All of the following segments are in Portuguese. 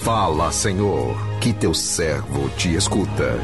Fala, Senhor, que teu servo te escuta.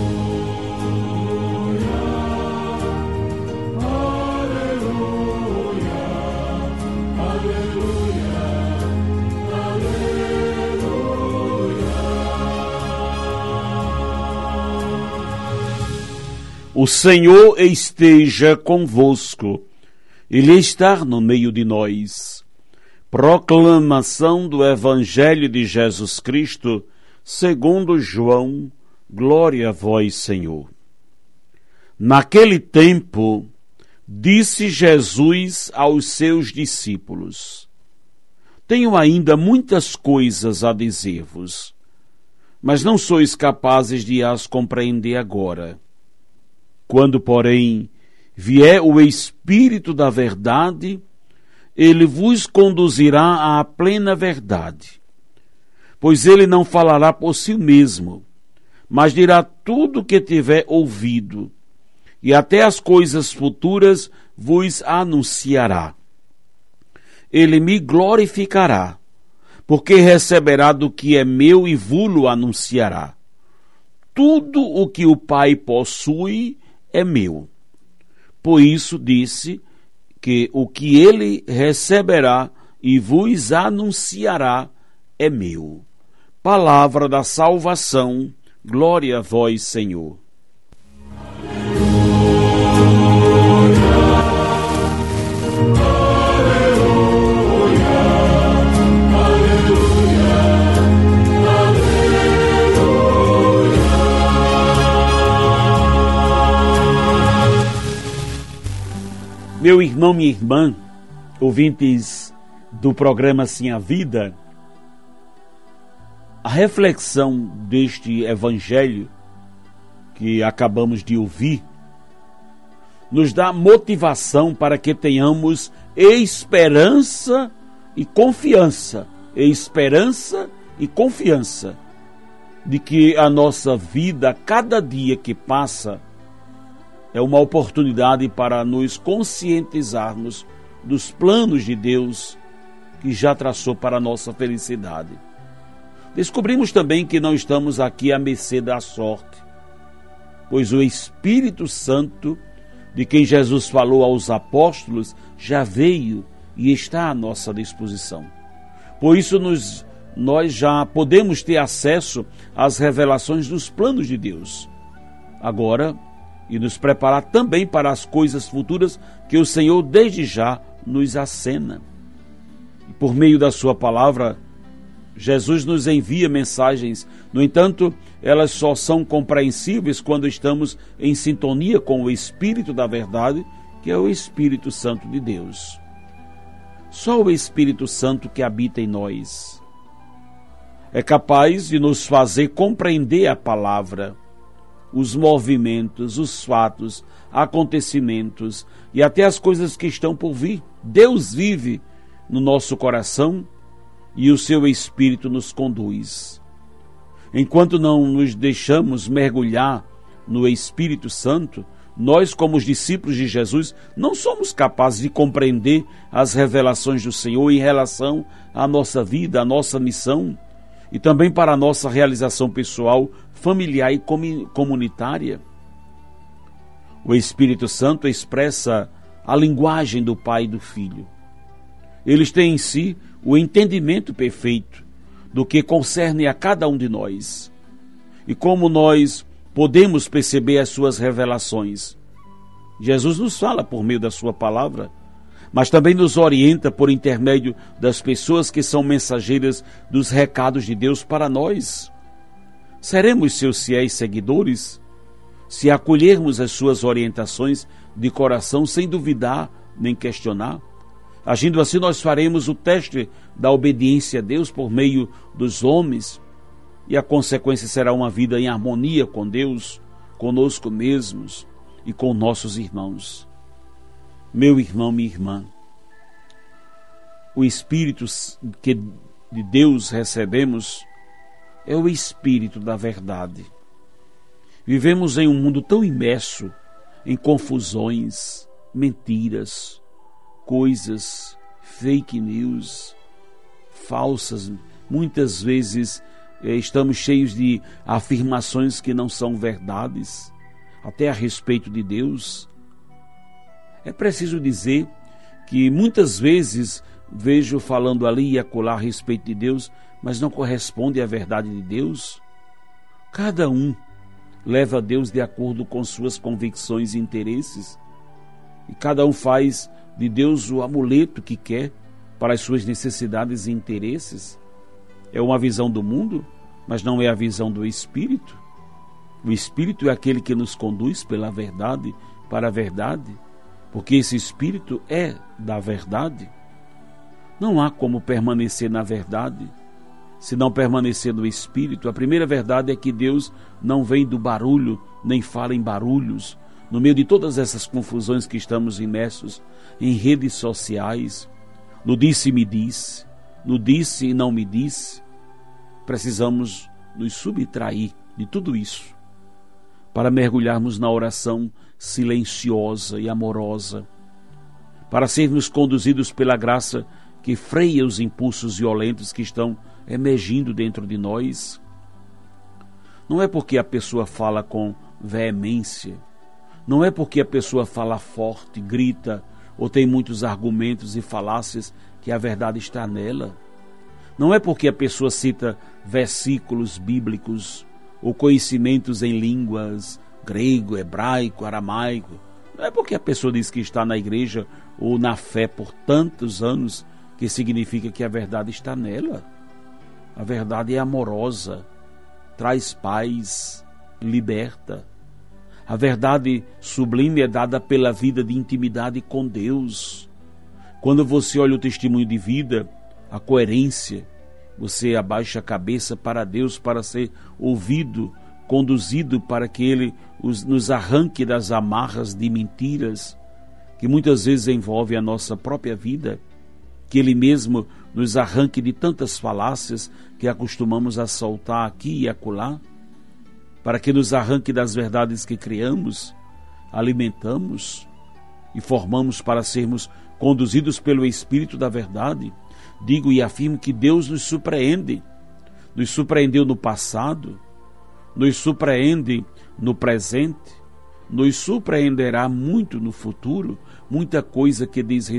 O Senhor esteja convosco, Ele está no meio de nós. Proclamação do Evangelho de Jesus Cristo, segundo João, glória a vós, Senhor. Naquele tempo, disse Jesus aos seus discípulos: Tenho ainda muitas coisas a dizer-vos, mas não sois capazes de as compreender agora. Quando, porém, vier o Espírito da verdade, ele vos conduzirá à plena verdade. Pois ele não falará por si mesmo, mas dirá tudo o que tiver ouvido, e até as coisas futuras vos anunciará. Ele me glorificará, porque receberá do que é meu e vos-lo anunciará. Tudo o que o Pai possui é meu. Por isso disse que o que ele receberá e vos anunciará é meu. Palavra da salvação, glória a vós, Senhor. Meu irmão, minha irmã, ouvintes do programa Sim a Vida, a reflexão deste Evangelho que acabamos de ouvir nos dá motivação para que tenhamos esperança e confiança de que a nossa vida, cada dia que passa, é uma oportunidade para nos conscientizarmos dos planos de Deus que já traçou para a nossa felicidade. Descobrimos também que não estamos aqui à mercê da sorte, pois o Espírito Santo, de quem Jesus falou aos apóstolos, já veio e está à nossa disposição. Por isso nós já podemos ter acesso às revelações dos planos de Deus. Agora, e nos preparar também para as coisas futuras que o Senhor desde já nos acena. E por meio da sua palavra, Jesus nos envia mensagens. No entanto, elas só são compreensíveis quando estamos em sintonia com o Espírito da verdade, que é o Espírito Santo de Deus. Só o Espírito Santo que habita em nós é capaz de nos fazer compreender a palavra, os movimentos, os fatos, acontecimentos e até as coisas que estão por vir. Deus vive no nosso coração e o seu Espírito nos conduz. Enquanto não nos deixamos mergulhar no Espírito Santo, nós, como os discípulos de Jesus, não somos capazes de compreender as revelações do Senhor em relação à nossa vida, à nossa missão, e também para a nossa realização pessoal, familiar e comunitária. O Espírito Santo expressa a linguagem do Pai e do Filho. Eles têm em si o entendimento perfeito do que concerne a cada um de nós. E como nós podemos perceber as suas revelações? Jesus nos fala por meio da sua palavra, mas também nos orienta por intermédio das pessoas que são mensageiras dos recados de Deus para nós. Seremos seus fiéis seguidores se acolhermos as suas orientações de coração sem duvidar nem questionar. Agindo assim, nós faremos o teste da obediência a Deus por meio dos homens, e a consequência será uma vida em harmonia com Deus, conosco mesmos e com nossos irmãos. Meu irmão, minha irmã, o Espírito que de Deus recebemos é o Espírito da verdade. Vivemos em um mundo tão imerso em confusões, mentiras, coisas, fake news, falsas muitas vezes estamos cheios de afirmações que não são verdades, até a respeito de Deus. É preciso dizer que muitas vezes vejo falando ali e acolá a respeito de Deus, mas não corresponde à verdade de Deus. Cada um leva a Deus de acordo com suas convicções e interesses, e cada um faz de Deus o amuleto que quer para as suas necessidades e interesses. É uma visão do mundo, mas não é a visão do Espírito. O Espírito é aquele que nos conduz pela verdade, para a verdade, porque esse Espírito é da verdade. Não há como permanecer na verdade se não permanecer no Espírito. A primeira verdade é que Deus não vem do barulho, nem fala em barulhos. No meio de todas essas confusões que estamos imersos em redes sociais, no disse-me disse, no disse e não me disse, precisamos nos subtrair de tudo isso para mergulharmos na oração silenciosa e amorosa, para sermos conduzidos pela graça que freia os impulsos violentos que estão emergindo dentro de nós. Não é porque a pessoa fala com veemência, não é porque a pessoa fala forte, grita ou tem muitos argumentos e falácias que a verdade está nela. Não é porque a pessoa cita versículos bíblicos ou conhecimentos em línguas grego, hebraico, aramaico. Não é porque a pessoa diz que está na igreja ou na fé por tantos anos que significa que a verdade está nela. A verdade é amorosa, traz paz, liberta. A verdade sublime é dada pela vida de intimidade com Deus. Quando você olha o testemunho de vida, a coerência, você abaixa a cabeça para Deus para ser ouvido, conduzido para que Ele nos arranque das amarras de mentiras que muitas vezes envolvem a nossa própria vida, que Ele mesmo nos arranque de tantas falácias que acostumamos a soltar aqui e acolá, para que nos arranque das verdades que criamos, alimentamos e formamos para sermos conduzidos pelo Espírito da verdade. Digo e afirmo que Deus nos surpreende, nos surpreendeu no passado, nos surpreende no presente, nos surpreenderá muito no futuro. Muita coisa que diz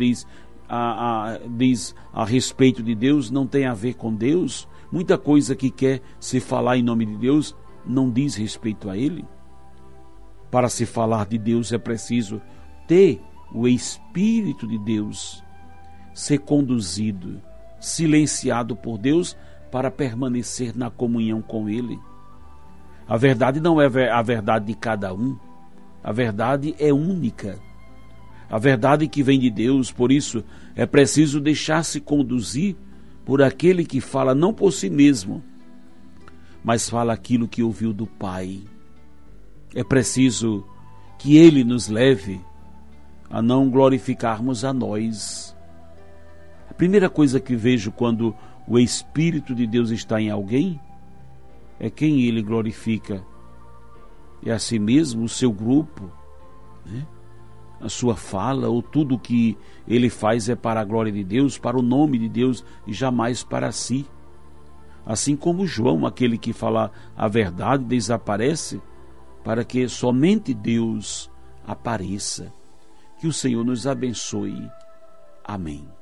a respeito de Deus não tem a ver com Deus. Muita coisa que quer se falar em nome de Deus não diz respeito a Ele. Para se falar de Deus é preciso ter o Espírito de Deus, ser conduzido, silenciado por Deus para permanecer na comunhão com Ele. A verdade não é a verdade de cada um, a verdade é única. A verdade que vem de Deus, por isso é preciso deixar-se conduzir por aquele que fala não por si mesmo, mas fala aquilo que ouviu do Pai. É preciso que Ele nos leve a não glorificarmos a nós. A primeira coisa que vejo quando o Espírito de Deus está em alguém é quem Ele glorifica. É a si mesmo, o seu grupo, né? A sua fala ou tudo o que Ele faz é para a glória de Deus, para o nome de Deus e jamais para si. Assim como João, aquele que fala a verdade, desaparece para que somente Deus apareça. Que o Senhor nos abençoe. Amém.